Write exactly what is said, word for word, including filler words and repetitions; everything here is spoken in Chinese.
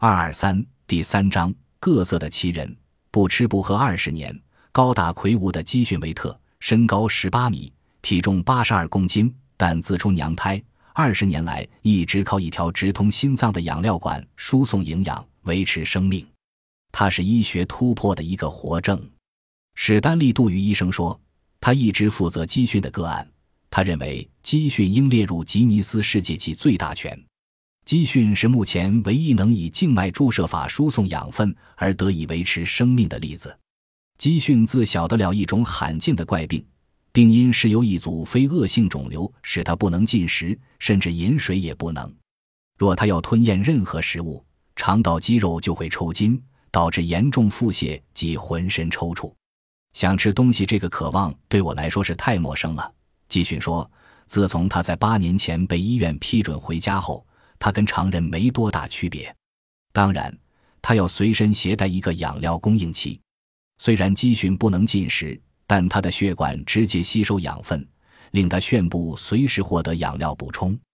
二二三第三章各色的奇人。不吃不喝二十年，高大魁梧的基逊维特，身高十八米，体重八十二公斤，但自出娘胎二十年来一直靠一条直通心脏的养料管输送营养维持生命。他是医学突破的一个活证。史丹利·杜于医生说，他一直负责基逊的个案，他认为基逊应列入吉尼斯世界纪最大全。基逊是目前唯一能以静脉注射法输送养分而得以维持生命的例子。基逊自小得了一种罕见的怪病，病因是由一组非恶性肿瘤使他不能进食，甚至饮水也不能。若他要吞咽任何食物，肠道肌肉就会抽筋，导致严重腹泻及浑身抽搐。想吃东西这个渴望对我来说是太陌生了，基逊说，自从他在八年前被医院批准回家后，他跟常人没多大区别。当然，他要随身携带一个养料供应器。虽然基逊不能进食，但他的血管直接吸收养分，令他炫部随时获得养料补充。